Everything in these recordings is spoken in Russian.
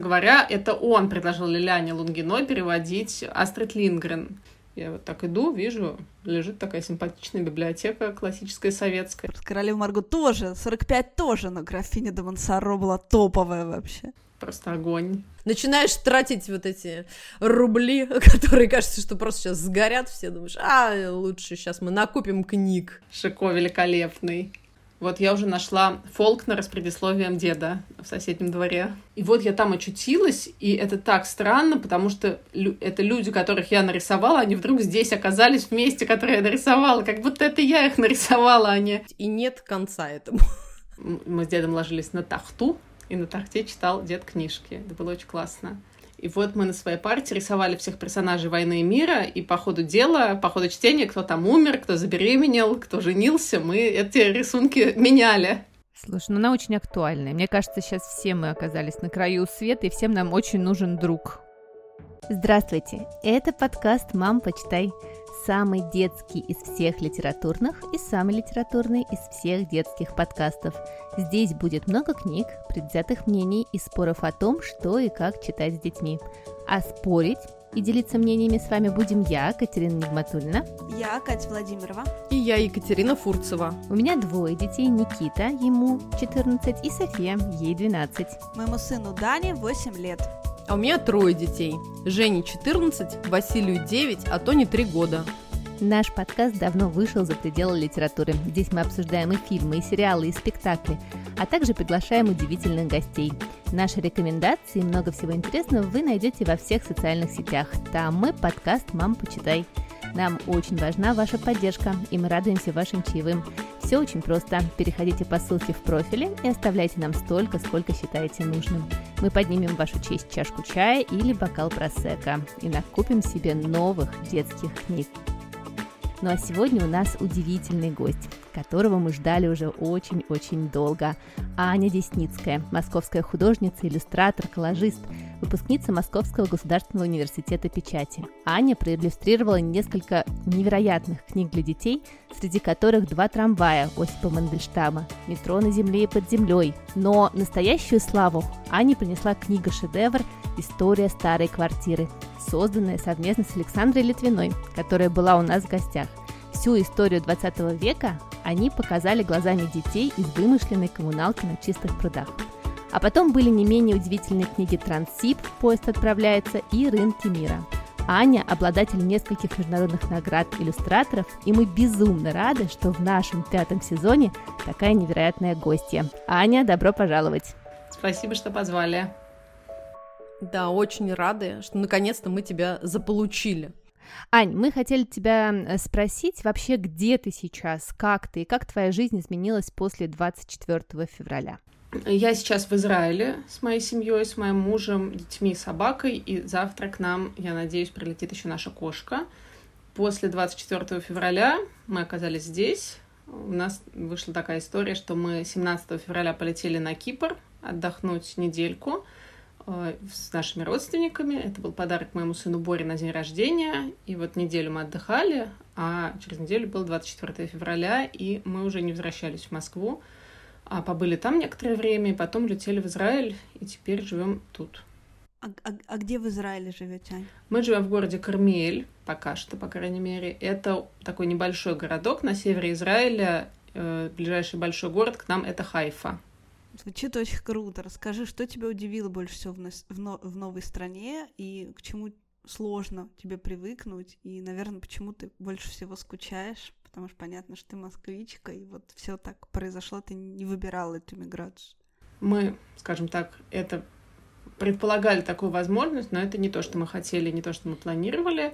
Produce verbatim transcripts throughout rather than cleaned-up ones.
Говоря, это он предложил Лилиане Лунгиной переводить Астрид Линдгрен. Я вот так иду, вижу, лежит такая симпатичная библиотека классическая советская. Королева Марго тоже, сорок пять тоже, но графиня де Монсоро была топовая вообще. Просто огонь. Начинаешь тратить вот эти рубли, которые, кажется, что просто сейчас сгорят, все думаешь, а, лучше сейчас мы накупим книг. Шико великолепный. Вот я уже нашла Фолкнера с предисловием деда в соседнем дворе. И вот я там очутилась, и это так странно, потому что лю- это люди, которых я нарисовала, они вдруг здесь оказались в месте, которое я нарисовала, как будто это я их нарисовала, а не... И нет конца этому. Мы с дедом ложились на тахту, и на тахте читал дед книжки. Это было очень классно. И вот мы на своей парте рисовали всех персонажей «Войны и мира», и по ходу дела, по ходу чтения, кто там умер, кто забеременел, кто женился, мы эти рисунки меняли. Слушай, ну она очень актуальная. Мне кажется, сейчас все мы оказались на краю света, и всем нам очень нужен друг. Здравствуйте, это подкаст «Мам, почитай». Самый детский из всех литературных и самый литературный из всех детских подкастов. Здесь будет много книг, предвзятых мнений и споров о том, что и как читать с детьми. А спорить и делиться мнениями с вами будем я, Катерина Нигматульна. Я, Катя Владимирова. И я, Екатерина Фурцева. У меня двое детей, Никита, ему четырнадцать, и София, ей двенадцать. Моему сыну Дане восемь лет. А у меня трое детей. Жене четырнадцать, Василию девять, а Тоне три года. Наш подкаст давно вышел за пределы литературы. Здесь мы обсуждаем и фильмы, и сериалы, и спектакли, а также приглашаем удивительных гостей. Наши рекомендации и много всего интересного вы найдете во всех социальных сетях. Там мы подкаст «Мам, почитай». Нам очень важна ваша поддержка, и мы радуемся вашим чаевым. Все очень просто. Переходите по ссылке в профиле и оставляйте нам столько, сколько считаете нужным. Мы поднимем в вашу честь чашку чая или бокал просекко и накупим себе новых детских книг. Ну а сегодня у нас удивительный гость, которого мы ждали уже очень-очень долго. Аня Десницкая, московская художница, иллюстратор, коллажист, выпускница Московского государственного университета печати. Аня проиллюстрировала несколько невероятных книг для детей, среди которых «Два трамвая» Осипа Мандельштама, «Метро на земле и под землей». Но настоящую славу Ане принесла книга-шедевр «История старой квартиры», созданная совместно с Александрой Литвиной, которая была у нас в гостях. Всю историю двадцатого века они показали глазами детей из вымышленной коммуналки на Чистых прудах. А потом были не менее удивительные книги «Транссиб», «Поезд отправляется» и «Рынки мира». Аня – обладатель нескольких международных наград иллюстраторов, и мы безумно рады, что в нашем пятом сезоне такая невероятная гостья. Аня, добро пожаловать! Спасибо, что позвали. Да, очень рады, что наконец-то мы тебя заполучили. Ань, мы хотели тебя спросить вообще, где ты сейчас, как ты, и как твоя жизнь изменилась после двадцать четвёртого февраля? Я сейчас в Израиле с моей семьей, с моим мужем, детьми и собакой, и завтра к нам, я надеюсь, прилетит еще наша кошка. После двадцать четвёртого февраля мы оказались здесь. У нас вышла такая история, что мы семнадцатого февраля полетели на Кипр отдохнуть недельку с нашими родственниками. Это был подарок моему сыну Боре на день рождения. И вот неделю мы отдыхали, а через неделю было двадцать четвёртого февраля, и мы уже не возвращались в Москву, а побыли там некоторое время, и потом летели в Израиль, и теперь живем тут. А, а, а где в Израиле живете, Ань? Мы живем в городе Кармиэль, пока что, по крайней мере. Это такой небольшой городок на севере Израиля. Э, ближайший большой город к нам — это Хайфа. Звучит очень круто. Расскажи, что тебя удивило больше всего в, нас, в, но, в новой стране, и к чему сложно тебе привыкнуть, и, наверное, почему ты больше всего скучаешь, потому что понятно, что ты москвичка, и вот все так произошло, ты не выбирала эту миграцию. Мы, скажем так, это предполагали такую возможность, но это не то, что мы хотели, не то, что мы планировали.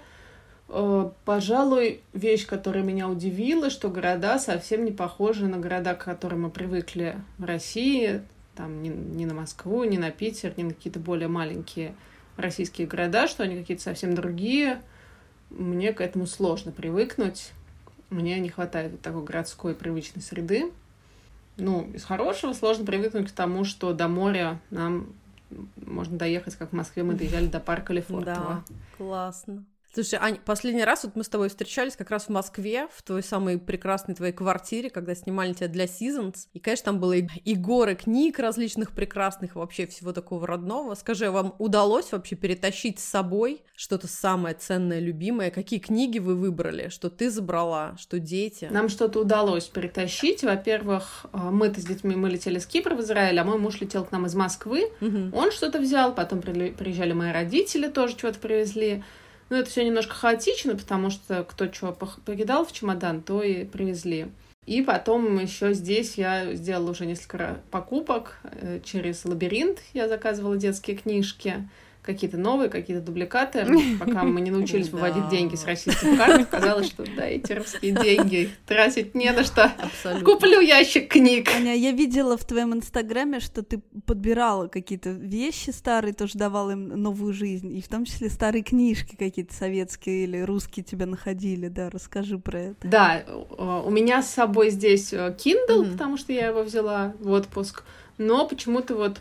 Пожалуй, вещь, которая меня удивила, что города совсем не похожи на города, к которым мы привыкли в России, там ни, ни на Москву, ни на Питер, ни на какие-то более маленькие российские города, что они какие-то совсем другие. Мне к этому сложно привыкнуть. Мне не хватает такой городской привычной среды. Ну, из хорошего сложно привыкнуть к тому, что до моря нам можно доехать, как в Москве мы доезжали до парка Лефортово. Да, классно. Слушай, Ань, последний раз вот мы с тобой встречались как раз в Москве, в твоей самой прекрасной твоей квартире, когда снимали тебя для Seasons. И, конечно, там было и, и горы книг различных прекрасных, вообще всего такого родного. Скажи, вам удалось вообще перетащить с собой что-то самое ценное, любимое? Какие книги вы выбрали? Что ты забрала? Что дети? Нам что-то удалось перетащить. Во-первых, мы-то с детьми, мы летели с Кипра в Израиль, а мой муж летел к нам из Москвы. Угу. Он что-то взял, потом приезжали мои родители, тоже что-то привезли. Ну, это все немножко хаотично, потому что кто что покидал в чемодан, то и привезли. И потом еще здесь я сделала уже несколько покупок. Через Лабиринт я заказывала детские книжки. Какие-то новые, какие-то дубликаты. Пока мы не научились выводить деньги с российских карт, казалось, что да, эти русские деньги тратить не на что. Абсолютно. Куплю ящик книг. Аня, я видела в твоем инстаграме, что ты подбирала какие-то вещи старые, тоже давала им новую жизнь, и в том числе старые книжки какие-то советские или русские тебя находили, да, расскажи про это. Да, у меня с собой здесь Kindle, mm-hmm. потому что я его взяла в отпуск. Но почему-то вот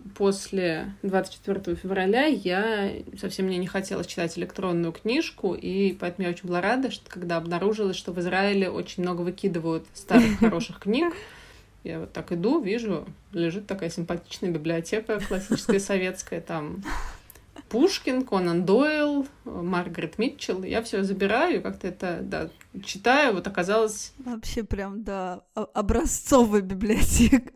после двадцать четвёртого февраля я совсем мне не хотела читать электронную книжку, и поэтому я очень была рада, что когда обнаружилось, что в Израиле очень много выкидывают старых хороших книг. Я вот так иду, вижу, лежит такая симпатичная библиотека классическая советская, там Пушкин, Конан Дойл, Маргарет Митчелл. Я все забираю, и как-то это, да, читаю. Вот оказалось... Вообще прям, да, образцовая библиотека.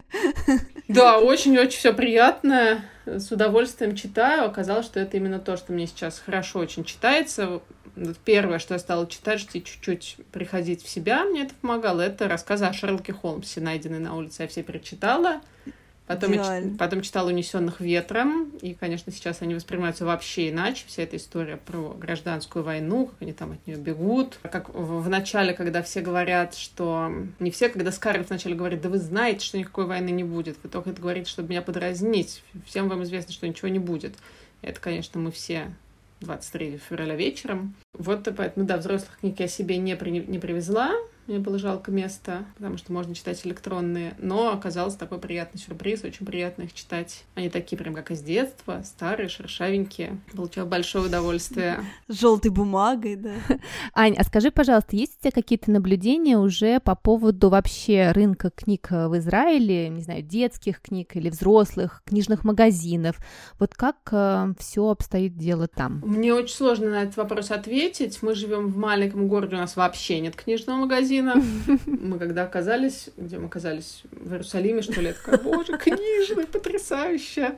Да, очень-очень все приятно. С удовольствием читаю. Оказалось, что это именно то, что мне сейчас хорошо очень читается. Первое, что я стала читать, что чуть-чуть приходить в себя, мне это помогало, это рассказы о Шерлоке Холмсе, найденные на улице. Я все перечитала. Потом, я, потом читала «Унесённых ветром», и, конечно, сейчас они воспринимаются вообще иначе. Вся эта история про гражданскую войну, как они там от нее бегут. Как в, в начале, когда все говорят, что... Не все, когда Скарлетт вначале говорит, да вы знаете, что никакой войны не будет. Вы только это говорите, чтобы меня подразнить. Всем вам известно, что ничего не будет. И это, конечно, мы все двадцать третьего февраля вечером. Вот поэтому, да, взрослых книг я себе не, при, не привезла. Мне было жалко места, потому что можно читать электронные. Но оказался такой приятный сюрприз, очень приятно их читать. Они такие прям как из детства, старые, шершавенькие. Получила большое удовольствие. С желтой бумагой, да. Ань, а скажи, пожалуйста, есть у тебя какие-то наблюдения уже по поводу вообще рынка книг в Израиле, не знаю, детских книг или взрослых, книжных магазинов? Вот как э, все обстоит дело там? Мне очень сложно на этот вопрос ответить. Мы живем в маленьком городе, у нас вообще нет книжного магазина. Мы когда оказались, где мы оказались, в Иерусалиме, что ли, я такая, боже, книжный, потрясающе.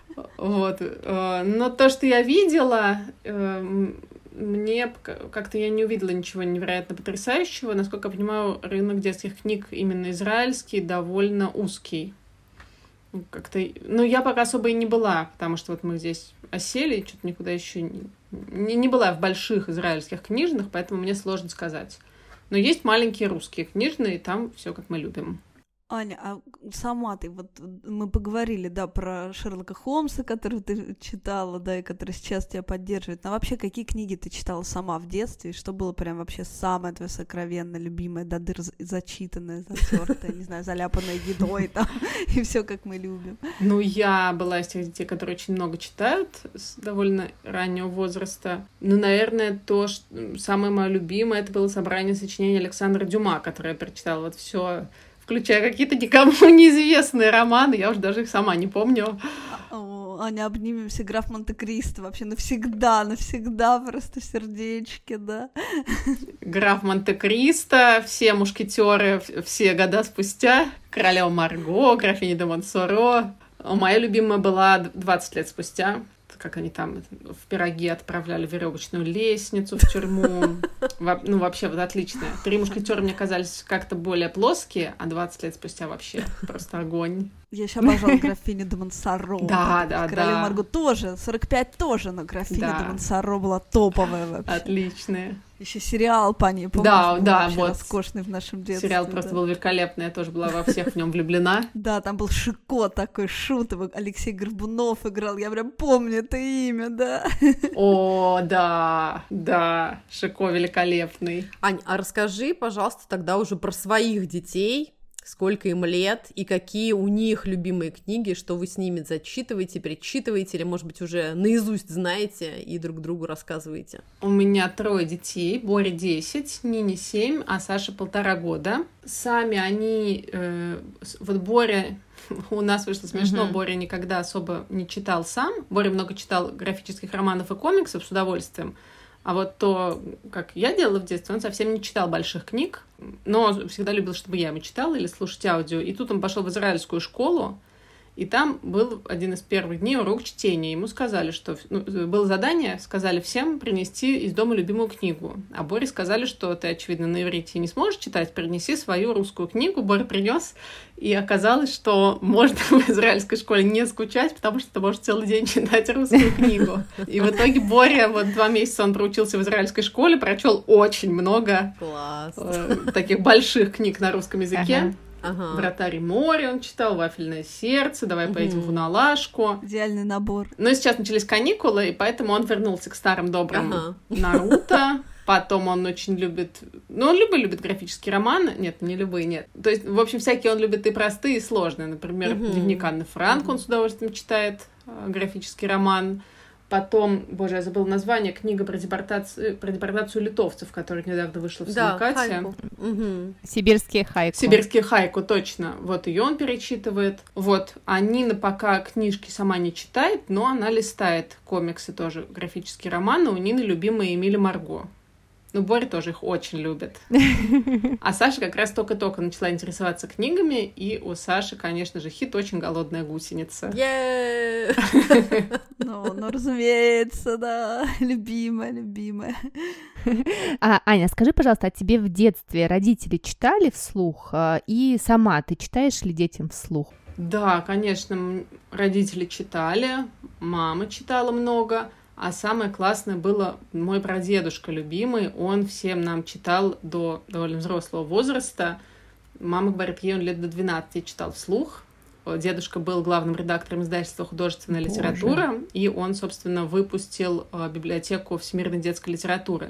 Вот. Но то, что я видела, мне как-то я не увидела ничего невероятно потрясающего. Насколько я понимаю, рынок детских книг именно израильский довольно узкий. Как-то... Ну, я пока особо и не была, потому что вот мы здесь осели, и что-то никуда еще не... Не, не была в больших израильских книжных, поэтому мне сложно сказать. Но есть маленькие русские книжные, и там все как мы любим. Аня, а сама ты, вот мы поговорили, да, про Шерлока Холмса, который ты читала, да, и который сейчас тебя поддерживает. Но вообще, какие книги ты читала сама в детстве, и что было прям вообще самое твое сокровенное, любимое, до дыр зачитанное, затертое, не знаю, заляпанное едой там, и все как мы любим? Ну, я была из тех детей, которые очень много читают с довольно раннего возраста. Ну, наверное, то, что самое мое любимое, это было собрание сочинений Александра Дюма, которое я прочитала вот все, включая какие-то никому неизвестные романы, я уже даже их сама не помню. О, Аня, обнимемся, граф Монте-Кристо, вообще навсегда, навсегда просто в сердечке, да. Граф Монте-Кристо, все мушкетеры, все года спустя, королева Марго, графиня де Монсоро. Моя любимая была двадцать лет спустя, как они там в пироге отправляли веревочную лестницу в тюрьму. Ну, вообще, вот отлично. Три мушкетера мне казались как-то более плоские, а двадцать лет спустя вообще просто огонь. Я еще обожала графиню де Монсоро. Да, да, да. Королева Марго тоже, сорок пять тоже, но графиня де Монсоро была топовая вообще. Отличная. Еще сериал по ней, помнишь? Да, да, вот. Роскошный в нашем детстве. Сериал просто да. был великолепный, я тоже была во всех в нем влюблена. Да, там был Шико такой, Шут, Алексей Горбунов играл, я прям помню это имя, да. О, да, да, Шико великолепный. Ань, а расскажи, пожалуйста, тогда уже про своих детей. сколько им лет, и какие у них любимые книги, что вы с ними зачитываете, перечитываете, или, может быть, уже наизусть знаете и друг другу рассказываете. У меня трое детей, Боре десять, Нине семь, а Саше полтора года. Сами они... Э, вот Боря... У нас вышло смешно, uh-huh. Боря никогда особо не читал сам. Боря много читал графических романов и комиксов с удовольствием. А вот то, как я делала в детстве, он совсем не читал больших книг, но всегда любил, чтобы я ему читала или слушать аудио. И тут он пошел в израильскую школу, и там был один из первых дней урок чтения. Ему сказали, что... Ну, было задание, сказали всем принести из дома любимую книгу. А Боре сказали, что ты, очевидно, на иврите не сможешь читать, принеси свою русскую книгу. Боря принес, и оказалось, что можно в израильской школе не скучать, потому что ты можешь целый день читать русскую книгу. И в итоге Боря, вот два месяца он проучился в израильской школе, прочел очень много э, таких больших книг на русском языке. Ага. Ага. «Вратарь моря» он читал, «Вафельное сердце», «Давай угу. поедем в Уналашку». Идеальный набор. Но сейчас начались каникулы, и поэтому он вернулся к старым добрым ага. Наруто. Потом он очень любит... Ну, он любой любит графические романы. Нет, не любые, нет. То есть, в общем, всякие он любит и простые, и сложные. Например, угу. «Дневник Анны Франк» угу. он с удовольствием читает, графический роман. Потом, боже, я забыла название, книга про депортацию, про депортацию литовцев, которая недавно вышла в самокате. Да, хайку. Угу. Сибирские хайку. Сибирские хайку, точно. Вот ее он перечитывает. Вот. А Нина пока книжки сама не читает, но она листает комиксы тоже, графические романы. У Нины любимые Эмиль и Марго. Ну, Боря тоже их очень любит. А Саша как раз только-только начала интересоваться книгами, и у Саши, конечно же, хит «Очень голодная гусеница». Ну, ну, разумеется, да. Любимая, любимая. А, Аня, скажи, пожалуйста, а тебе в детстве родители читали вслух? И сама ты читаешь ли детям вслух? Да, конечно, родители читали, мама читала много. А самое классное было мой прадедушка любимый. Он всем нам читал до довольно взрослого возраста. Мама говорит, ей он лет до двенадцати читал вслух. Дедушка был главным редактором издательства «Художественная Боже. литература», и он, собственно, выпустил библиотеку всемирной детской литературы.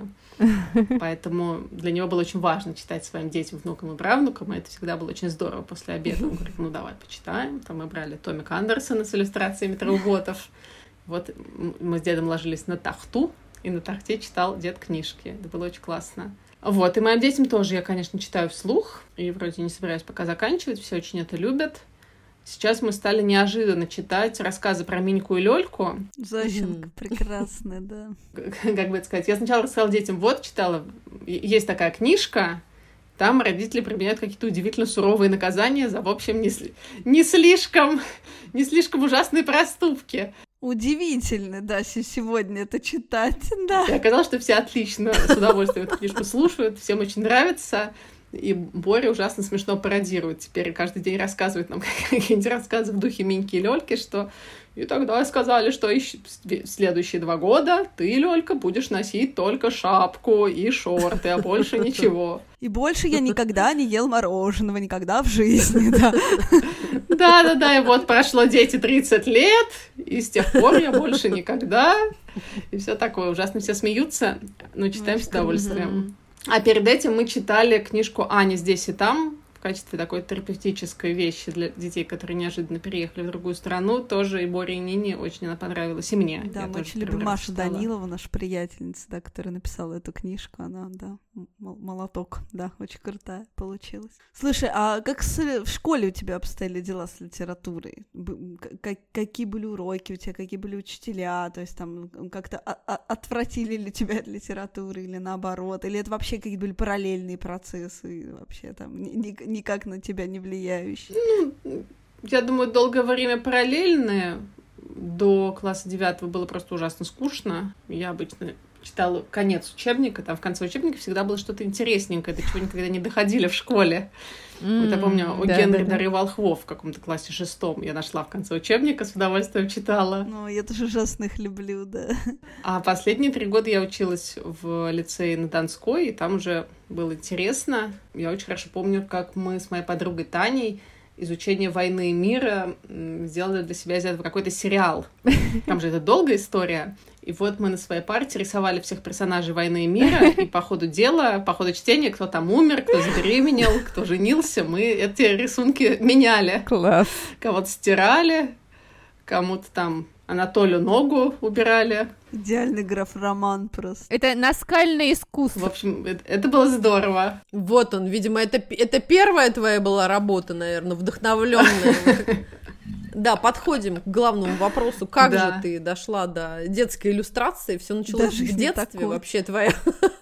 Поэтому для него было очень важно читать своим детям, внукам и правнукам, и это всегда было очень здорово после обеда. Он говорит, ну давай почитаем. Там мы брали томик Андерсона с иллюстрациями Трауботов. Вот мы с дедом ложились на тахту, и на тахте читал дед книжки. Это было очень классно. Вот, и моим детям тоже я, конечно, читаю вслух, и вроде не собираюсь пока заканчивать, все очень это любят. Сейчас мы стали неожиданно читать рассказы про Миньку и Лёльку. Зощенко прекрасная, да. Как бы это сказать, я сначала рассказала детям, вот, читала, есть такая книжка, там родители применяют какие-то удивительно суровые наказания за, в общем, не, не слишком, не слишком ужасные проступки. Удивительно, да, сегодня это читать, да. И оказалось, что все отлично, с удовольствием эту книжку слушают, всем очень нравится. И Боря ужасно смешно пародирует. Теперь каждый день рассказывает нам какие-нибудь рассказы в духе Миньки и Лёльки, что и тогда сказали, что следующие два года ты, Лёлька, будешь носить только шапку и шорты, а больше ничего. И больше я никогда не ел мороженого, никогда в жизни, да. Да-да-да, и вот прошло дети тридцать лет, и с тех пор я больше никогда. И все такое. Ужасно все смеются, но читаем с удовольствием. А перед этим мы читали книжку «Аня здесь и там» в качестве такой терапевтической вещи для детей, которые неожиданно переехали в другую страну. Тоже и Боре, и Нине очень она понравилась, и мне. Да, я мы очень любим Машу Данилову, наша приятельница, да, которая написала эту книжку. Она, да, молоток, да, очень крутая получилась. Слушай, а как с, в школе у тебя обстояли дела с литературой? Как, какие были уроки у тебя, какие были учителя? То есть там как-то отвратили ли тебя от литературы или наоборот? Или это вообще какие-то были параллельные процессы вообще там ни, никак на тебя не влияющие? Ну, я думаю, долгое время параллельные. До класса девятого было просто ужасно скучно. Я обычно читала конец учебника, там в конце учебника всегда было что-то интересненькое, до чего никогда не доходили в школе. Mm, вот я помню, у да, Генри да, Дары да. Волхвов в каком-то классе шестом я нашла в конце учебника, с удовольствием читала. Ну, я тоже ужасно их люблю, да. А последние три года я училась в лицее на Донской, и там уже было интересно. Я очень хорошо помню, как мы с моей подругой Таней изучения войны и мира сделали для себя из этого какой-то сериал. Там же это долгая история. И вот мы на своей партии рисовали всех персонажей войны и мира, и по ходу дела, по ходу чтения, кто там умер, кто забеременел, кто женился, мы эти рисунки меняли. Класс. Кого-то стирали, кому-то там Анатолию ногу убирали. Идеальный граф-роман просто. Это наскальное искусство. В общем, это, это было здорово. Вот он, видимо, это, это первая твоя была работа, наверное, вдохновленная. Да, подходим к главному вопросу. Как Да. же ты дошла до детской иллюстрации? Все началось Даже в не детстве такой. вообще твоя.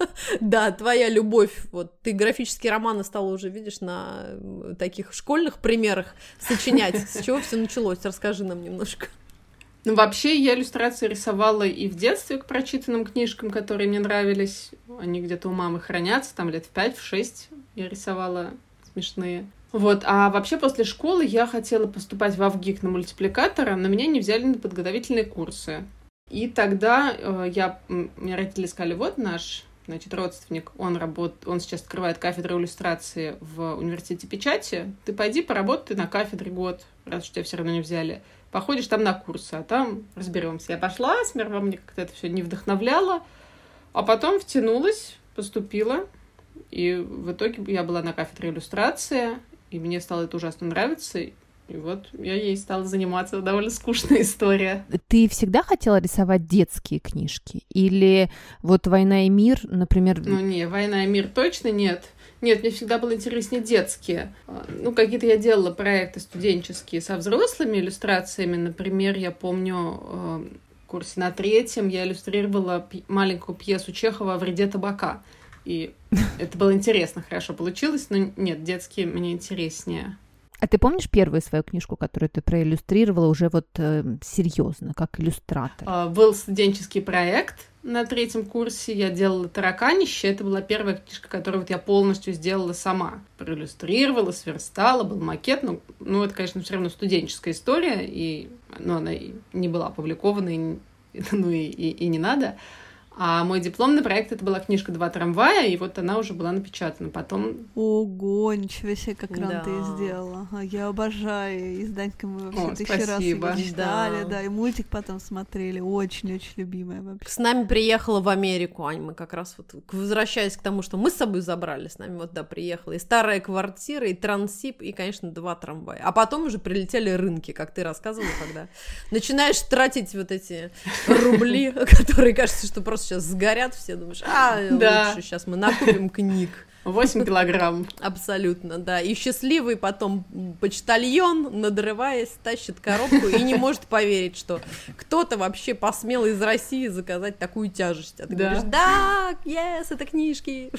Да, твоя любовь. Вот ты графические романы стала уже, видишь, на таких школьных примерах сочинять. С чего все началось? Расскажи нам немножко. Ну, вообще, я иллюстрации рисовала и в детстве к прочитанным книжкам, которые мне нравились. Они где-то у мамы хранятся, там лет в пять, в шесть я рисовала смешные. Вот, а вообще после школы я хотела поступать в АВГИК на мультипликатора, но меня не взяли на подготовительные курсы. И тогда э, я, мне родители сказали, вот наш, значит, родственник, он работает, он сейчас открывает кафедру иллюстрации в университете печати, ты пойди поработай на кафедре год, раз уж тебя все равно не взяли. Походишь там на курсы, а там разберемся. Я пошла, сперва мне как-то это все не вдохновляло, а потом втянулась, поступила, и в итоге я была на кафедре иллюстрации, и мне стало это ужасно нравиться, и вот я ей стала заниматься. Довольно скучная история. Ты всегда хотела рисовать детские книжки? Или вот «Война и мир», например... Ну не, «Война и мир» точно нет. Нет, мне всегда было интереснее детские. Ну, какие-то я делала проекты студенческие со взрослыми иллюстрациями. Например, я помню, в курсе на третьем я иллюстрировала маленькую пьесу Чехова о вреде табака. И это было интересно, хорошо получилось, но нет, детские мне интереснее. А ты помнишь первую свою книжку, которую ты проиллюстрировала уже вот э, серьезно, как иллюстратор? А, был студенческий проект на третьем курсе, я делала «Тараканище», это была первая книжка, которую вот я полностью сделала сама. Проиллюстрировала, сверстала, был макет, ну, ну это, конечно, все равно студенческая история, и ну, она не была опубликована, и, ну и, и, и не надо. А мой дипломный проект — это была книжка «Два трамвая», и вот она уже была напечатана. Потом... Ого, ничего себе, как рано Да. ты сделала. Ага, я обожаю. И с Данькой мы вообще О, тысячу раз спасибо. его читали, Да. да, и мультик потом смотрели. Очень-очень любимая вообще. С нами приехала в Америку, Ань, мы как раз вот, возвращаясь к тому, что мы с собой забрали, с нами вот, да, приехала и старая квартира, и Транссиб, и, конечно, два трамвая. А потом уже прилетели рынки, как ты рассказывала, когда начинаешь тратить вот эти рубли, которые, кажется, что просто сейчас сгорят все, думаешь, а, Да. лучше сейчас мы накупим книг. восемь килограмм. Абсолютно, да. И счастливый потом почтальон, надрываясь, тащит коробку и не может поверить, что кто-то вообще посмел из России заказать такую тяжесть. А ты Да. говоришь, да, yes, это книжки.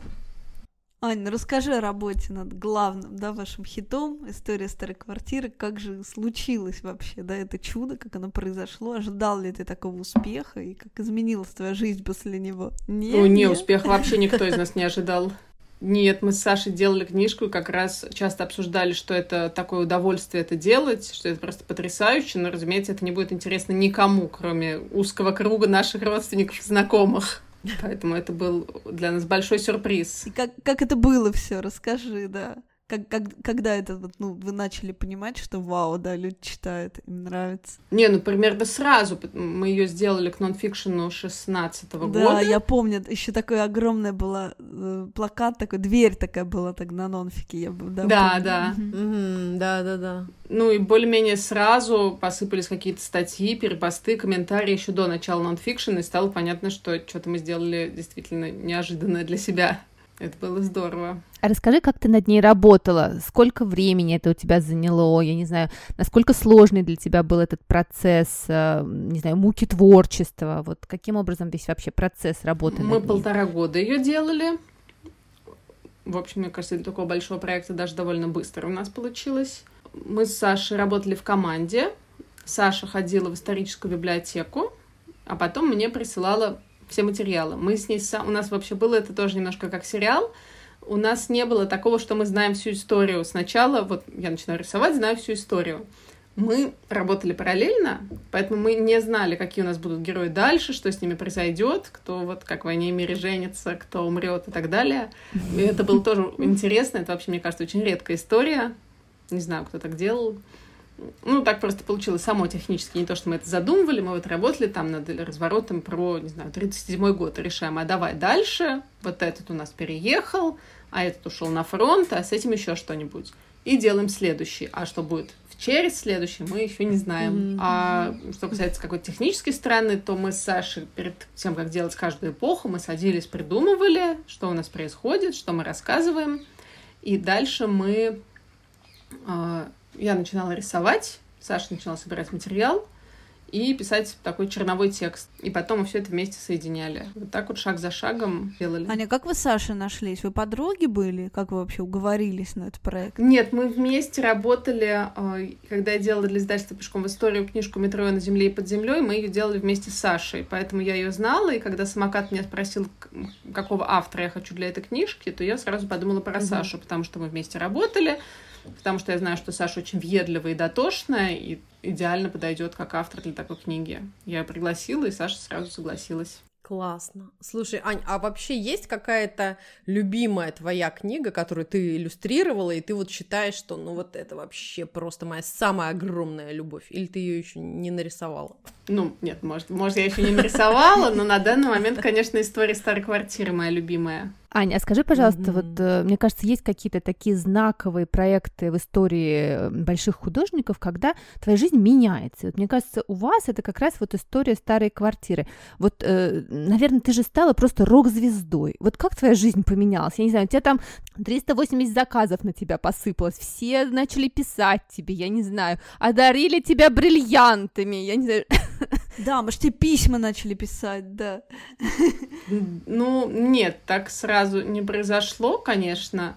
Ань, ну расскажи о работе над главным, да, вашим хитом «История старой квартиры». Как же случилось вообще, да, это чудо, как оно произошло? Ожидал ли ты такого успеха? И как изменилась твоя жизнь после него? Нет, Ну, не, нет? успех вообще никто из нас не ожидал. Нет, мы с Сашей делали книжку и как раз часто обсуждали, что это такое удовольствие это делать, что это просто потрясающе, но, разумеется, это не будет интересно никому, кроме узкого круга наших родственников и знакомых. Поэтому это был для нас большой сюрприз. И как, как это было все? Расскажи, да. Как, как, когда это вот, ну, вы начали понимать, что вау, да, люди читают, им нравится? Не, ну примерно сразу. Мы ее сделали к нонфикшену шестнадцатого Да, года. я помню, еще такая огромная была э, плакат, такой, дверь такая была так на нонфике. Я, бы, да, Да, помню. да. Мгм. Да, да, да. Ну и более-менее сразу посыпались какие-то статьи, перепосты, комментарии еще до начала нонфикшена, и стало понятно, что что-то мы сделали действительно неожиданное для себя. Это было здорово. А расскажи, как ты над ней работала? Сколько времени это у тебя заняло? Я не знаю, насколько сложный для тебя был этот процесс, э, не знаю, муки творчества? Вот каким образом весь вообще процесс работы Мы над ней? полтора года ее делали. В общем, мне кажется, для такого большого проекта даже довольно быстро у нас получилось. Мы с Сашей работали в команде. Саша ходила в историческую библиотеку, а потом мне присылала все материалы. Мы с ней сам... У нас вообще было это тоже немножко как сериал. У нас не было такого, что мы знаем всю историю. Сначала вот я начинаю рисовать, знаю всю историю. Мы работали параллельно, поэтому мы не знали, какие у нас будут герои дальше, что с ними произойдет, кто вот как в «Войне и мире» женится, кто умрет и так далее. И это было тоже интересно. Это вообще, мне кажется, очень редкая история. Не знаю, кто так делал. Ну, так просто получилось само технически. Не то, что мы это задумывали, мы вот работали там над разворотом про, не знаю, тридцать седьмой год. И решаем, а давай дальше. Вот этот у нас переехал, а этот ушел на фронт, а с этим еще что-нибудь. И делаем следующий. А что будет через следующий, мы еще не знаем. Mm-hmm. А что касается какой-то технической стороны, то мы с Сашей перед тем, как делать каждую эпоху, мы садились, придумывали, что у нас происходит, что мы рассказываем. И дальше мы... Э, я начинала рисовать, Саша начинала собирать материал и писать такой черновой текст. И потом мы все это вместе соединяли. Вот так вот шаг за шагом делали. Аня, как вы с Сашей нашлись? Вы подруги были? Как вы вообще уговорились на этот проект? Нет, мы вместе работали, когда я делала для издательства «Пешком в историю» книжку «Метро на земле и под землей», мы ее делали вместе с Сашей. Поэтому я ее знала, и когда «Самокат» меня спросил, какого автора я хочу для этой книжки, то я сразу подумала про mm-hmm. Сашу, потому что мы вместе работали, потому что я знаю, что Саша очень въедливая и дотошная, и идеально подойдет как автор для такой книги. Я ее пригласила, и Саша сразу согласилась. Классно. Слушай, Ань, а вообще есть какая-то любимая твоя книга, которую ты иллюстрировала, и ты вот считаешь, что ну вот это вообще просто моя самая огромная любовь? Или ты ее еще не нарисовала? Ну, нет, может, может я еще не нарисовала, но на данный момент, конечно, «История старой квартиры» моя любимая. Аня, а скажи, пожалуйста, Mm-hmm. вот мне кажется, есть какие-то такие знаковые проекты в истории больших художников, когда твоя жизнь меняется. Вот мне кажется, у вас это как раз вот история старой квартиры. Вот, э, наверное, ты же стала просто рок-звездой. Вот как твоя жизнь поменялась? Я не знаю, у тебя там триста восемьдесят заказов на тебя посыпалось, все начали писать тебе, я не знаю, одарили тебя бриллиантами, я не знаю... Да, мы же тебе письма начали писать, да. Ну, нет, так сразу не произошло, конечно,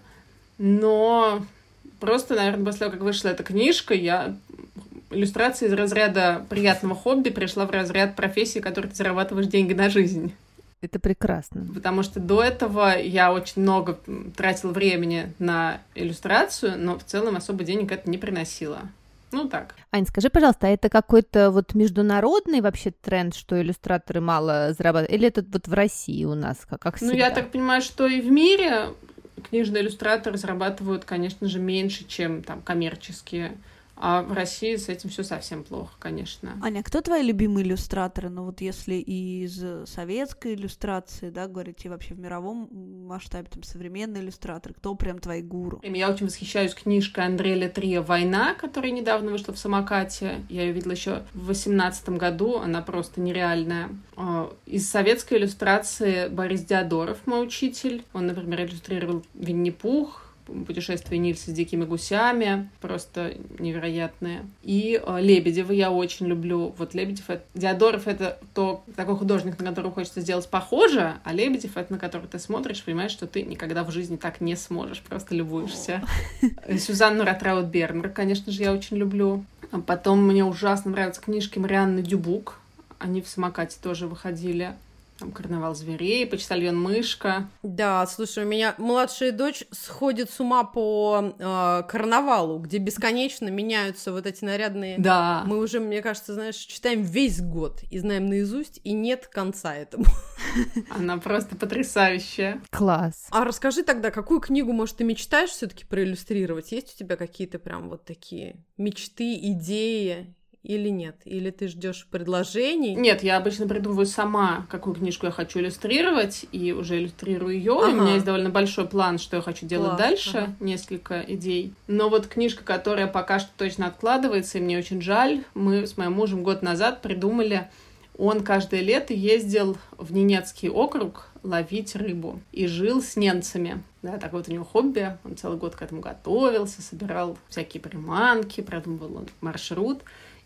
но просто, наверное, после того, как вышла эта книжка, я... иллюстрация из разряда приятного хобби перешла в разряд профессии, которой ты зарабатываешь деньги на жизнь. Это прекрасно. Потому что до этого я очень много тратила времени на иллюстрацию, но в целом особо денег это не приносило. Ну так. Ань, скажи, пожалуйста, а это какой-то вот международный вообще тренд, что иллюстраторы мало зарабатывают? Или это вот в России у нас, как, как всегда? Ну, я так понимаю, что и в мире книжные иллюстраторы зарабатывают, конечно же, меньше, чем там коммерческие. А в России с этим все совсем плохо, конечно. Аня, кто твои любимые иллюстраторы? Ну вот если из советской иллюстрации, да, говорить, и вообще в мировом масштабе, там, современные иллюстраторы, кто прям твои гуру? Я очень восхищаюсь книжкой Андрея Летрия «Война», которая недавно вышла в «Самокате». Я ее видела еще в восемнадцатом году, она просто нереальная. Из советской иллюстрации Борис Диодоров, мой учитель. Он, например, иллюстрировал «Винни-Пух», «Путешествие Нильса с дикими гусями», просто невероятные. И э, Лебедева я очень люблю. Вот Лебедев, это... Диодоров — это то, такой художник, на которого хочется сделать похоже, а Лебедев — это на который ты смотришь, понимаешь, что ты никогда в жизни так не сможешь, просто любуешься. Сюзанну Ратраут-Бернер, конечно же, я очень люблю. А потом мне ужасно нравятся книжки Марианны Дюбук. Они в «Самокате» тоже выходили. Там «Карнавал зверей», «Почтальон Мышка». Да, слушай, у меня младшая дочь сходит с ума по э, карнавалу, где бесконечно меняются вот эти нарядные... Да. Мы уже, мне кажется, знаешь, читаем весь год и знаем наизусть, и нет конца этому. Она просто потрясающая. Класс. А расскажи тогда, какую книгу, может, ты мечтаешь все-таки проиллюстрировать? Есть у тебя какие-то прям вот такие мечты, идеи? Или нет? Или ты ждешь предложений? Нет, я обычно придумываю сама, какую книжку я хочу иллюстрировать, и уже иллюстрирую ее. Ага. У меня есть довольно большой план, что я хочу делать Класс, дальше, ага. несколько идей. Но вот книжка, которая пока что точно откладывается, и мне очень жаль, мы с моим мужем год назад придумали, он каждое лето ездил в Ненецкий округ ловить рыбу и жил с ненцами. Да, так вот у него хобби, он целый год к этому готовился, собирал всякие приманки, продумывал маршрут.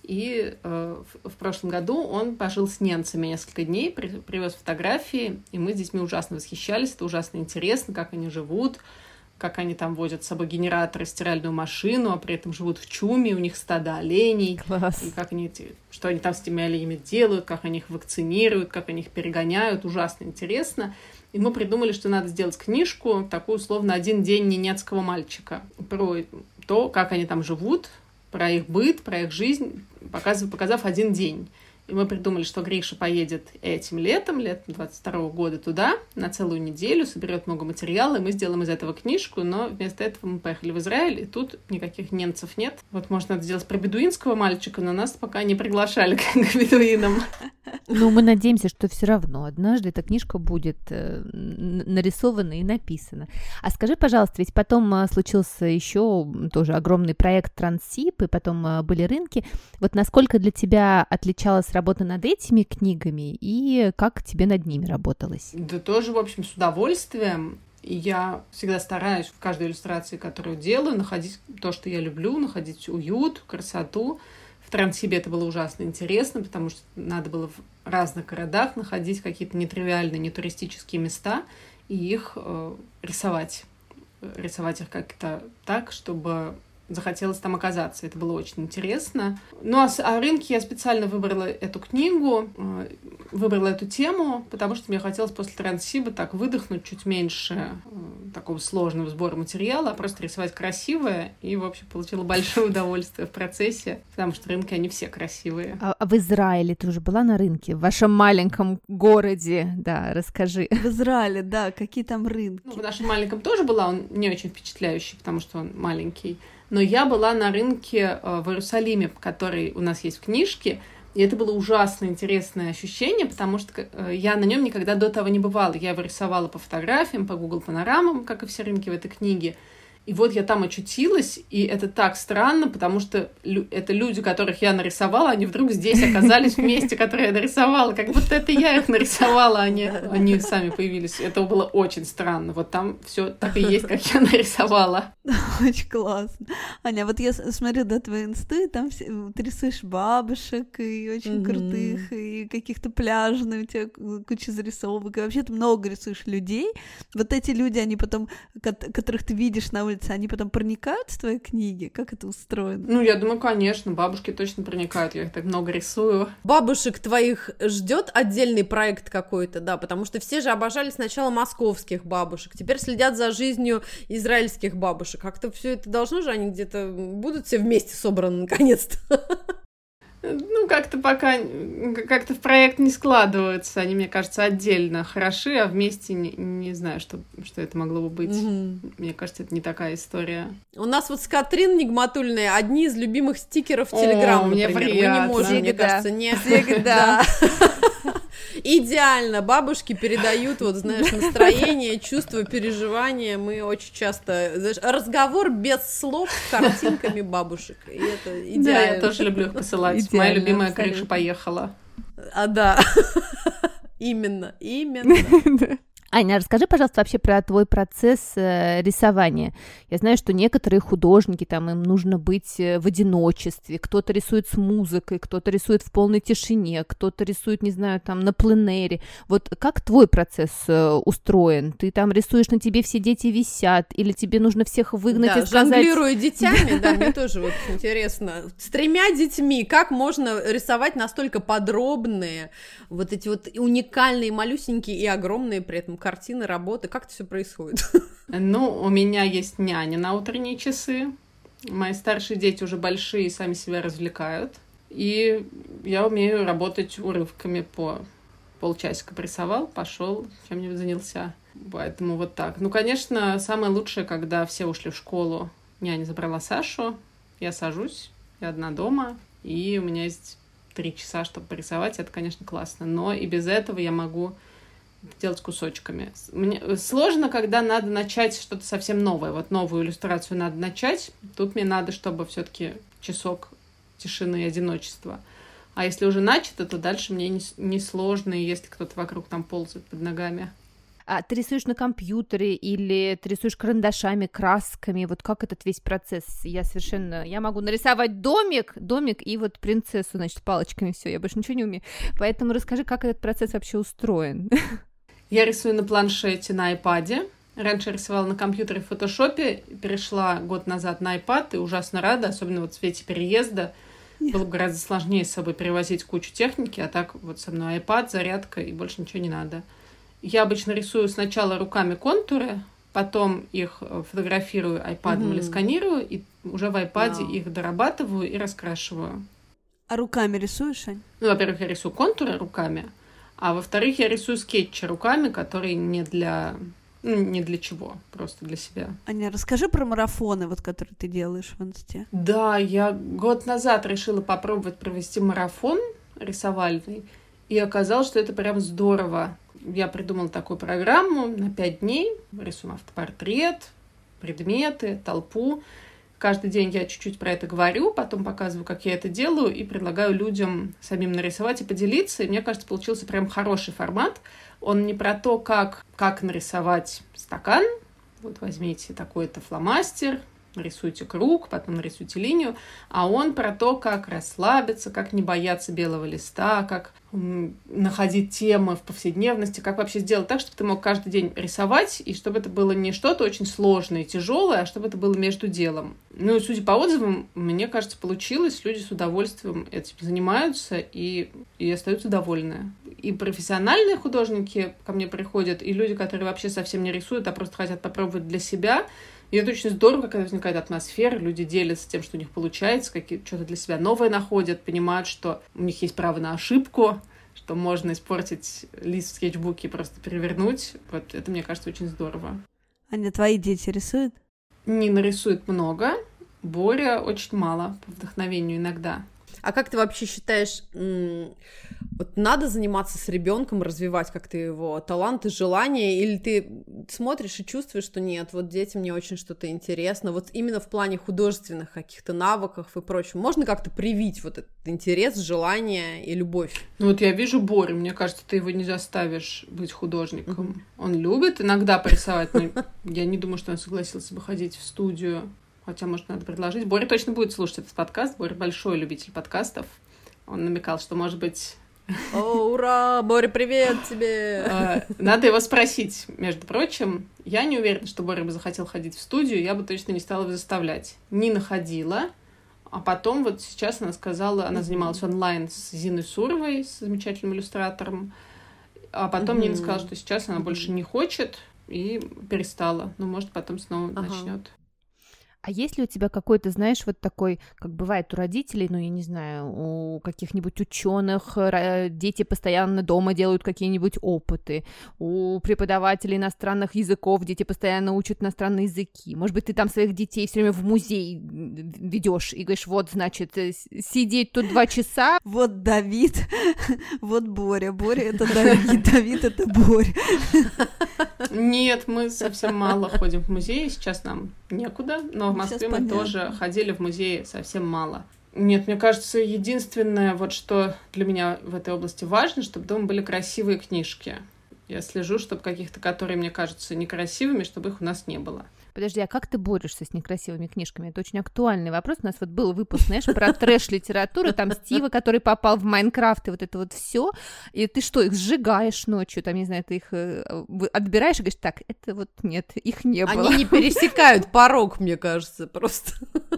И э, в, в прошлом году он пожил с ненцами несколько дней, при, привез фотографии, и мы с детьми ужасно восхищались. Это ужасно интересно, как они живут, как они там возят с собой генератор и стиральную машину, а при этом живут в чуме, у них стадо оленей. Класс. И как они, что они там с этими оленями делают, как они их вакцинируют, как они их перегоняют. Ужасно интересно. И мы придумали, что надо сделать книжку, такую, условно, «Один день ненецкого мальчика», про то, как они там живут, про их быт, про их жизнь, показав, показав один день. И мы придумали, что Гриша поедет этим летом, летом двадцать второго года туда на целую неделю, соберет много материала, и мы сделаем из этого книжку, но вместо этого мы поехали в Израиль, и тут никаких немцев нет. Вот, может, надо сделать про бедуинского мальчика, но нас пока не приглашали к бедуинам. Ну, мы надеемся, что все равно однажды эта книжка будет э, нарисована и написана. А скажи, пожалуйста, ведь потом э, случился еще тоже огромный проект Транссиб, и потом э, были рынки. Вот насколько для тебя отличалась работа над этими книгами, и как тебе над ними работалось? Да тоже, в общем, с удовольствием. И я всегда стараюсь в каждой иллюстрации, которую делаю, находить то, что я люблю, находить уют, красоту. В Транссибе это было ужасно интересно, потому что надо было в разных городах находить какие-то нетривиальные, нетуристические места и их э, рисовать. Рисовать их как-то так, чтобы захотелось там оказаться. Это было очень интересно. Ну, а о рынке я специально выбрала эту книгу, э, выбрала эту тему, потому что мне хотелось после Транссиба так выдохнуть чуть меньше э, такого сложного сбора материала, а просто рисовать красивое. И, в общем, получила большое удовольствие в процессе, потому что рынки, они все красивые. А, а в Израиле ты уже была на рынке? В вашем маленьком городе? Да, расскажи. В Израиле, да, какие там рынки? Ну, в нашем маленьком тоже была, он не очень впечатляющий, потому что он маленький. Но я была на рынке в Иерусалиме, который у нас есть в книжке, и это было ужасно интересное ощущение, потому что я на нем никогда до того не бывала. Я его рисовала по фотографиям, по Google панорамам, как и все рынки в этой книге. И вот я там очутилась, и это так странно, потому что лю- это люди, которых я нарисовала, они вдруг здесь оказались в месте, которое я нарисовала. Как будто это я их нарисовала, они, они сами появились. Это было очень странно. Вот там все так и есть, как я нарисовала. Очень классно. Аня, вот я смотрю, да, твои инсты, там все, ты рисуешь бабушек, и очень mm-hmm. крутых, и каких-то пляжных, у тебя куча зарисовок, и вообще ты много рисуешь людей. Вот эти люди, они потом, которых ты видишь на улице, они потом проникают в твои книги? Как это устроено? Ну, я думаю, конечно, бабушки точно проникают, я их так много рисую. Бабушек твоих ждет отдельный проект какой-то, да, потому что все же обожали сначала московских бабушек, теперь следят за жизнью израильских бабушек. Как-то все это должно же, они где-то будут все вместе собраны наконец-то. Ну, как-то пока как-то в проект не складываются. Они, мне кажется, отдельно хороши, а вместе не, не знаю, что, что это могло бы быть. Mm-hmm. Мне кажется, это не такая история. У нас вот с Катрин Нигматульной одни из любимых стикеров в Телеграм, например. Мы не можем, Всегда. Мне кажется, не... Всегда. Идеально. Бабушки передают, вот, знаешь, настроение, чувства, переживания. Мы очень часто... Знаешь, разговор без слов с картинками бабушек. И это идеально. Да, я тоже люблю их посылать. Идеально, моя любимая абсолютно. Крыша поехала. А, да. Именно, именно. Аня, расскажи, пожалуйста, вообще про твой процесс э, рисования. Я знаю, что некоторые художники, там, им нужно быть в одиночестве, кто-то рисует с музыкой, кто-то рисует в полной тишине, кто-то рисует, не знаю, там, на пленэре. Вот как твой процесс э, устроен? Ты там рисуешь, на тебе все дети висят, или тебе нужно всех выгнать да, и сказать... жонглируя детьми, да, мне тоже вот интересно. С тремя детьми как можно рисовать настолько подробные, вот эти вот уникальные, малюсенькие и огромные при этом картины, работы, как это все происходит? Ну, у меня есть няня на утренние часы. Мои старшие дети уже большие и сами себя развлекают. И я умею работать урывками по полчасика порисовал, пошел, чем-нибудь занялся. Поэтому вот так. Ну, конечно, самое лучшее, когда все ушли в школу. Няня забрала Сашу, я сажусь, я одна дома, и у меня есть три часа, чтобы порисовать. Это, конечно, классно. Но и без этого я могу делать кусочками. Мне сложно, когда надо начать что-то совсем новое. Вот новую иллюстрацию надо начать. Тут мне надо, чтобы все-таки часок тишины и одиночества. А если уже начато, то дальше мне не, не сложно, и если кто-то вокруг там ползает под ногами. А ты рисуешь на компьютере или ты рисуешь карандашами, красками? Вот как этот весь процесс? Я совершенно... Я могу нарисовать домик, домик и вот принцессу, значит, палочками, все. Я больше ничего не умею. Поэтому расскажи, как этот процесс вообще устроен? Я рисую на планшете, на айпаде. Раньше рисовала на компьютере в фотошопе, перешла год назад на iPad и ужасно рада, особенно вот в свете переезда. Было бы гораздо сложнее с собой перевозить кучу техники, а так вот со мной iPad, зарядка и больше ничего не надо. Я обычно рисую сначала руками контуры, потом их фотографирую iPad'ом mm-hmm. или сканирую, и уже в iPad'е wow. их дорабатываю и раскрашиваю. А руками рисуешь, Ань? Ну, во-первых, я рисую контуры руками, а во-вторых, я рисую скетчи руками, которые не для... Ну, не для чего, просто для себя. Аня, расскажи про марафоны, вот, которые ты делаешь в инсте. Да, я год назад решила попробовать провести марафон рисовальный, и оказалось, что это прям здорово. Я придумала такую программу на пять дней, рисуем автопортрет, предметы, толпу. Каждый день я чуть-чуть про это говорю, потом показываю, как я это делаю, и предлагаю людям самим нарисовать и поделиться. И мне кажется, получился прям хороший формат. Он не про то, как, как нарисовать стакан. Вот возьмите такой-то фломастер, нарисуйте круг, потом нарисуйте линию. А он про то, как расслабиться, как не бояться белого листа, как м, находить темы в повседневности, как вообще сделать так, чтобы ты мог каждый день рисовать, и чтобы это было не что-то очень сложное и тяжелое, а чтобы это было между делом. Ну и судя по отзывам, мне кажется, получилось. Люди с удовольствием этим занимаются и, и остаются довольны. И профессиональные художники ко мне приходят, и люди, которые вообще совсем не рисуют, а просто хотят попробовать для себя. И это очень здорово, когда возникает атмосфера, люди делятся тем, что у них получается, какие, что-то для себя новое находят, понимают, что у них есть право на ошибку, что можно испортить лист в скетчбуке и просто перевернуть. Вот это, мне кажется, очень здорово. Аня, твои дети рисуют? Нина рисует много, Боря очень мало, по вдохновению иногда. А как ты вообще считаешь, м- вот надо заниматься с ребенком, развивать как-то его таланты, желания, или ты смотришь и чувствуешь, что нет, вот детям не очень что-то интересно, вот именно в плане художественных каких-то навыков и прочего, можно как-то привить вот этот интерес, желание и любовь? Ну вот я вижу Борю, мне кажется, ты его не заставишь быть художником. Mm-hmm. Он любит иногда порисовать, но я не думаю, что он согласился бы ходить в студию. Хотя, может, надо предложить. Боря точно будет слушать этот подкаст. Боря большой любитель подкастов. Он намекал, что, может быть... О, ура! Боря, привет тебе! Надо его спросить, между прочим. Я не уверена, что Боря бы захотел ходить в студию. Я бы точно не стала его заставлять. Нина ходила. А потом вот сейчас она сказала... Она занималась онлайн с Зиной Суровой, с замечательным иллюстратором. А потом mm-hmm. Нина сказала, что сейчас она mm-hmm. больше не хочет. И перестала. Ну, может, потом снова ага. начнет. А есть ли у тебя какой-то, знаешь, вот такой, как бывает у родителей, ну, я не знаю, у каких-нибудь ученых, дети постоянно дома делают какие-нибудь опыты, у преподавателей иностранных языков дети постоянно учат иностранные языки. Может быть, ты там своих детей все время в музей ведешь и говоришь, вот, значит, сидеть тут два часа. Вот Давид, вот Боря, Боря — это Давид, Давид — это Боря. Нет, мы совсем мало ходим в музей, сейчас нам некуда, но в Москве мы понятно. Тоже ходили в музей совсем мало. Нет, мне кажется, единственное, вот что для меня в этой области важно, чтобы дома были красивые книжки. Я слежу, чтобы каких-то, которые мне кажутся некрасивыми, чтобы их у нас не было. Подожди, а как ты борешься с некрасивыми книжками? Это очень актуальный вопрос. У нас вот был выпуск, знаешь, про трэш-литературу, там Стива, который попал в Майнкрафт, и вот это вот все. И ты что, их сжигаешь ночью, там, не знаю, ты их отбираешь и говоришь, так, это вот нет, их не было. Они не пересекают порог, мне кажется, просто.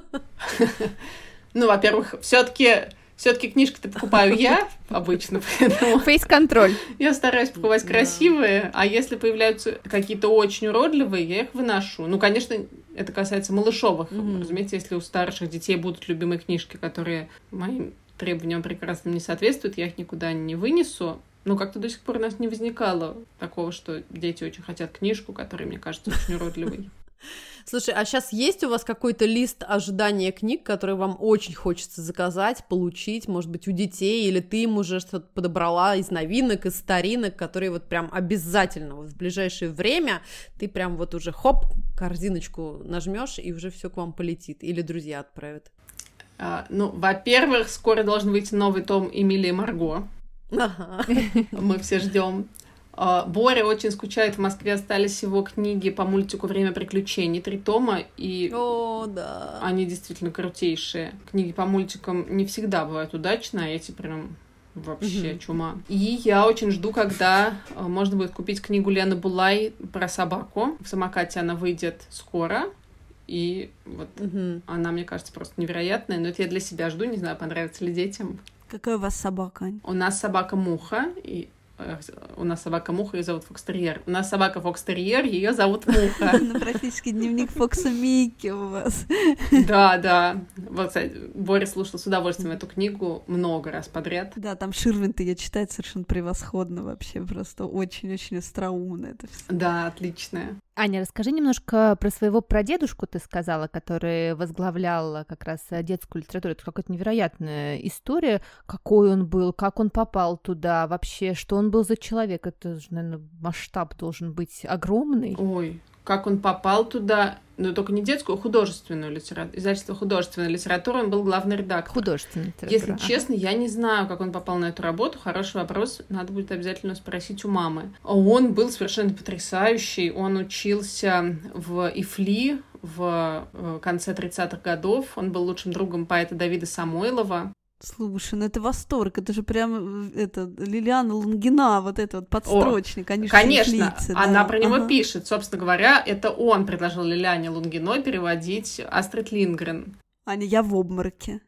Ну, во-первых, все-таки... Все-таки книжки-то покупаю я обычно, поэтому... Фейс-контроль. Я стараюсь покупать красивые, а если появляются какие-то очень уродливые, я их выношу. Ну, конечно, это касается малышовых. Mm-hmm. Разумеется, если у старших детей будут любимые книжки, которые моим требованиям прекрасным не соответствуют, я их никуда не вынесу. Но как-то до сих пор у нас не возникало такого, что дети очень хотят книжку, которая, мне кажется, очень уродливой. Слушай, а сейчас есть у вас какой-то лист ожидания книг, который вам очень хочется заказать, получить, может быть, у детей, или ты им уже что-то подобрала из новинок, из старинок, которые вот прям обязательно вот в ближайшее время ты прям вот уже хоп, корзиночку нажмешь и уже все к вам полетит, или друзья отправят? А, ну, во-первых, скоро должен выйти новый том «Эмили и Марго». Ага. Мы все ждем. Боря очень скучает, в Москве остались его книги по мультику «Время приключений», три тома, и О, да. они действительно крутейшие. Книги по мультикам не всегда бывают удачные, а эти прям вообще угу. чума. И я очень жду, когда можно будет купить книгу Лены Булай про собаку. В самокате она выйдет скоро, и вот угу. она, мне кажется, просто невероятная, но это я для себя жду, не знаю, понравится ли детям. Какая у вас собака, Ань? У нас собака Муха, и у нас собака Муха, ее зовут Фокстерьер. У нас собака Фокстерьер, ее зовут Муха. Ну, практически дневник Фокса Микки у вас. Да, да. Вот, кстати, Боря слушал с удовольствием эту книгу много раз подряд. Да, там Ширвинт ее читает совершенно превосходно вообще, просто очень-очень остроумно это все. Да, отличная. Аня, расскажи немножко про своего прадедушку, ты сказала, который возглавлял как раз детскую литературу. Это какая-то невероятная история, какой он был, как он попал туда, вообще, что он был за человек. Это же, наверное, масштаб должен быть огромный. Ой, как он попал туда, но только не детскую, а художественную литературу. Издательство художественной литературы, он был главный редактор. Художественная литература. Если ага. честно, честно, я не знаю, как он попал на эту работу. Хороший вопрос, надо будет обязательно спросить у мамы. Он был совершенно потрясающий. Он учился в ИФЛИ в конце тридцатых годов. Он был лучшим другом поэта Давида Самойлова. Слушай, ну это восторг, это же прям это, Лилиана Лунгина, вот это вот подстрочник, О, они же конечно, флицы, она да. про него ага. пишет. Собственно говоря, это он предложил Лилиане Лунгиной переводить Астрид Линдгрен. Аня, я в обмороке.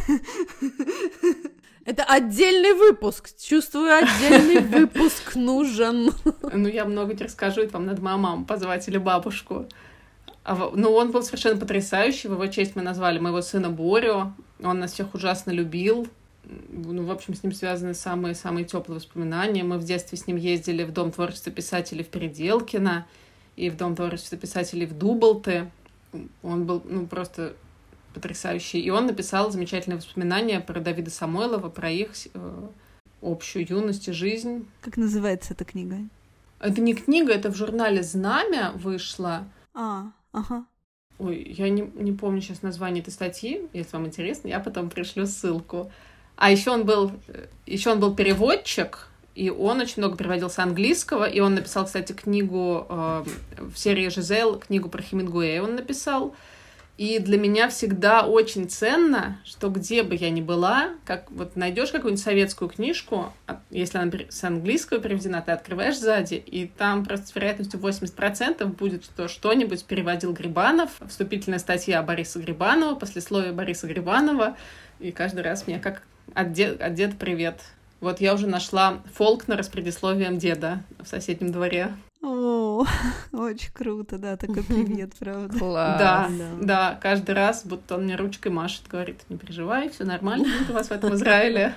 Это отдельный выпуск. Чувствую, отдельный выпуск нужен. Ну, я много тебе расскажу, это вам надо мою маму позвать или бабушку. Ну, он был совершенно потрясающий. В его честь мы назвали моего сына Борю. Он нас всех ужасно любил. Ну, в общем, с ним связаны самые-самые теплые воспоминания. Мы в детстве с ним ездили в Дом творчества писателей в Переделкино и в Дом творчества писателей в Дублты. Он был, ну, просто потрясающий. И он написал замечательные воспоминания про Давида Самойлова, про их э, общую юность и жизнь. Как называется эта книга? Это не книга, это в журнале «Знамя» вышла. А, ага. Ой, я не, не помню сейчас название этой статьи, если вам интересно, я потом пришлю ссылку. А еще он был, еще он был переводчик, и он очень много переводил с английского, и он написал, кстати, книгу э, в серии «Жизель», книгу про Хемингуэя он написал. И для меня всегда очень ценно, что где бы я ни была, как вот найдешь какую-нибудь советскую книжку, если она с английского переведена, ты открываешь сзади, и там просто с вероятностью восемьдесят процентов будет, что что-нибудь переводил Грибанов, вступительная статья Бориса Грибанова, послесловие Бориса Грибанова, и каждый раз мне как от, дед, от деда привет. Вот я уже нашла Фолкнера с предисловием деда в соседнем дворе. О, очень круто, да, такой привет, правда. Класс. Да, да, да, каждый раз, будто он мне ручкой машет, говорит, не переживай, все нормально будет у вас в этом Израиле.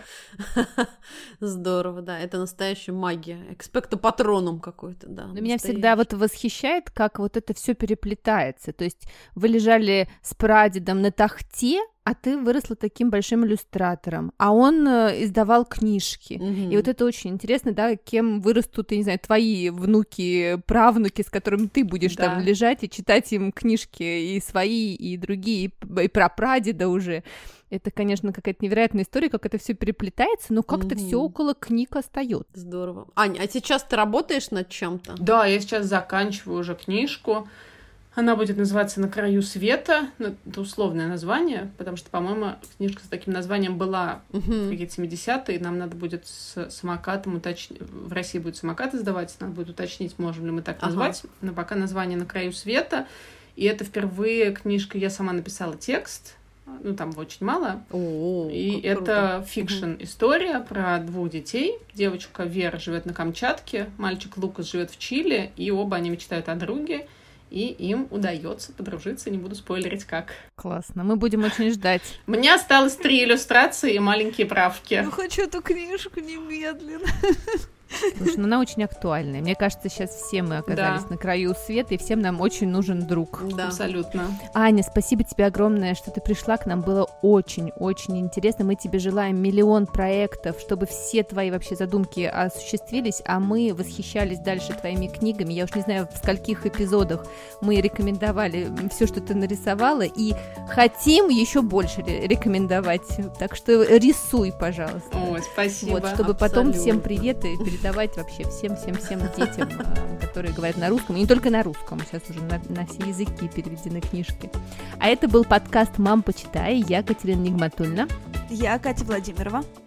Здорово, да, это настоящая магия, экспекто патронум какой-то, да. Но меня всегда вот восхищает, как вот это все переплетается, то есть вы лежали с прадедом на тахте, а ты выросла таким большим иллюстратором, а он э, издавал книжки. Mm-hmm. И вот это очень интересно, да, кем вырастут, я не знаю, твои внуки, правнуки, с которыми ты будешь да. там лежать и читать им книжки и свои, и другие, и, и про прадеда уже. Это, конечно, какая-то невероятная история, как это все переплетается, но как-то mm-hmm. все около книг остается. Здорово. Аня, а сейчас ты работаешь над чем-то? Да, я сейчас заканчиваю уже книжку. Она будет называться «На краю света». Ну, это условное название, потому что, по-моему, книжка с таким названием была uh-huh. в какие-то семидесятые. Нам надо будет с самокатом уточнить. В России будет самокат издавать, надо будет уточнить, можем ли мы так uh-huh. назвать. Но пока название «На краю света». И это впервые книжка, я сама написала текст. Ну, там очень мало. Oh, и это фикшн-история uh-huh. про двух детей. Девочка Вера живет на Камчатке, мальчик Лукас живет в Чили, и оба они мечтают о друге. И им удается подружиться, не буду спойлерить как. Классно, мы будем очень ждать. Мне осталось три иллюстрации и маленькие правки. Я хочу эту книжку немедленно. Слушай, ну она очень актуальная. Мне кажется, сейчас все мы оказались да. на краю света, и всем нам очень нужен друг. Да, абсолютно. Аня, спасибо тебе огромное, что ты пришла к нам. Было очень-очень интересно. Мы тебе желаем миллион проектов, чтобы все твои вообще задумки осуществились, а мы восхищались дальше твоими книгами. Я уж не знаю, в скольких эпизодах мы рекомендовали все, что ты нарисовала, и хотим еще больше рекомендовать. Так что рисуй, пожалуйста. Ой, спасибо. Вот, чтобы абсолютно. Потом всем привет и передавать вообще всем-всем-всем детям, которые говорят на русском, и не только на русском, сейчас уже на, на все языки переведены книжки. А это был подкаст «Мам, почитай». Я Катерина Нигматульна. Я Катя Владимирова.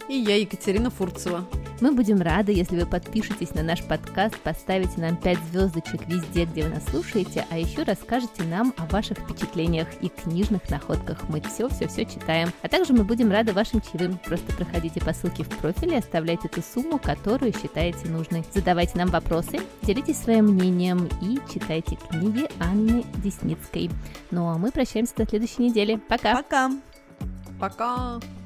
И я, Екатерина Фурцева. Мы будем рады, если вы подпишетесь на наш подкаст, поставите нам пять звездочек везде, где вы нас слушаете, а еще расскажете нам о ваших впечатлениях и книжных находках. Мы все-все-все читаем. А также мы будем рады вашим чаевым. Просто проходите по ссылке в профиле, оставляйте ту сумму, которую считаете нужной. Задавайте нам вопросы, делитесь своим мнением и читайте книги Анны Десницкой. Ну а мы прощаемся до следующей недели. Пока! Пока! Пока!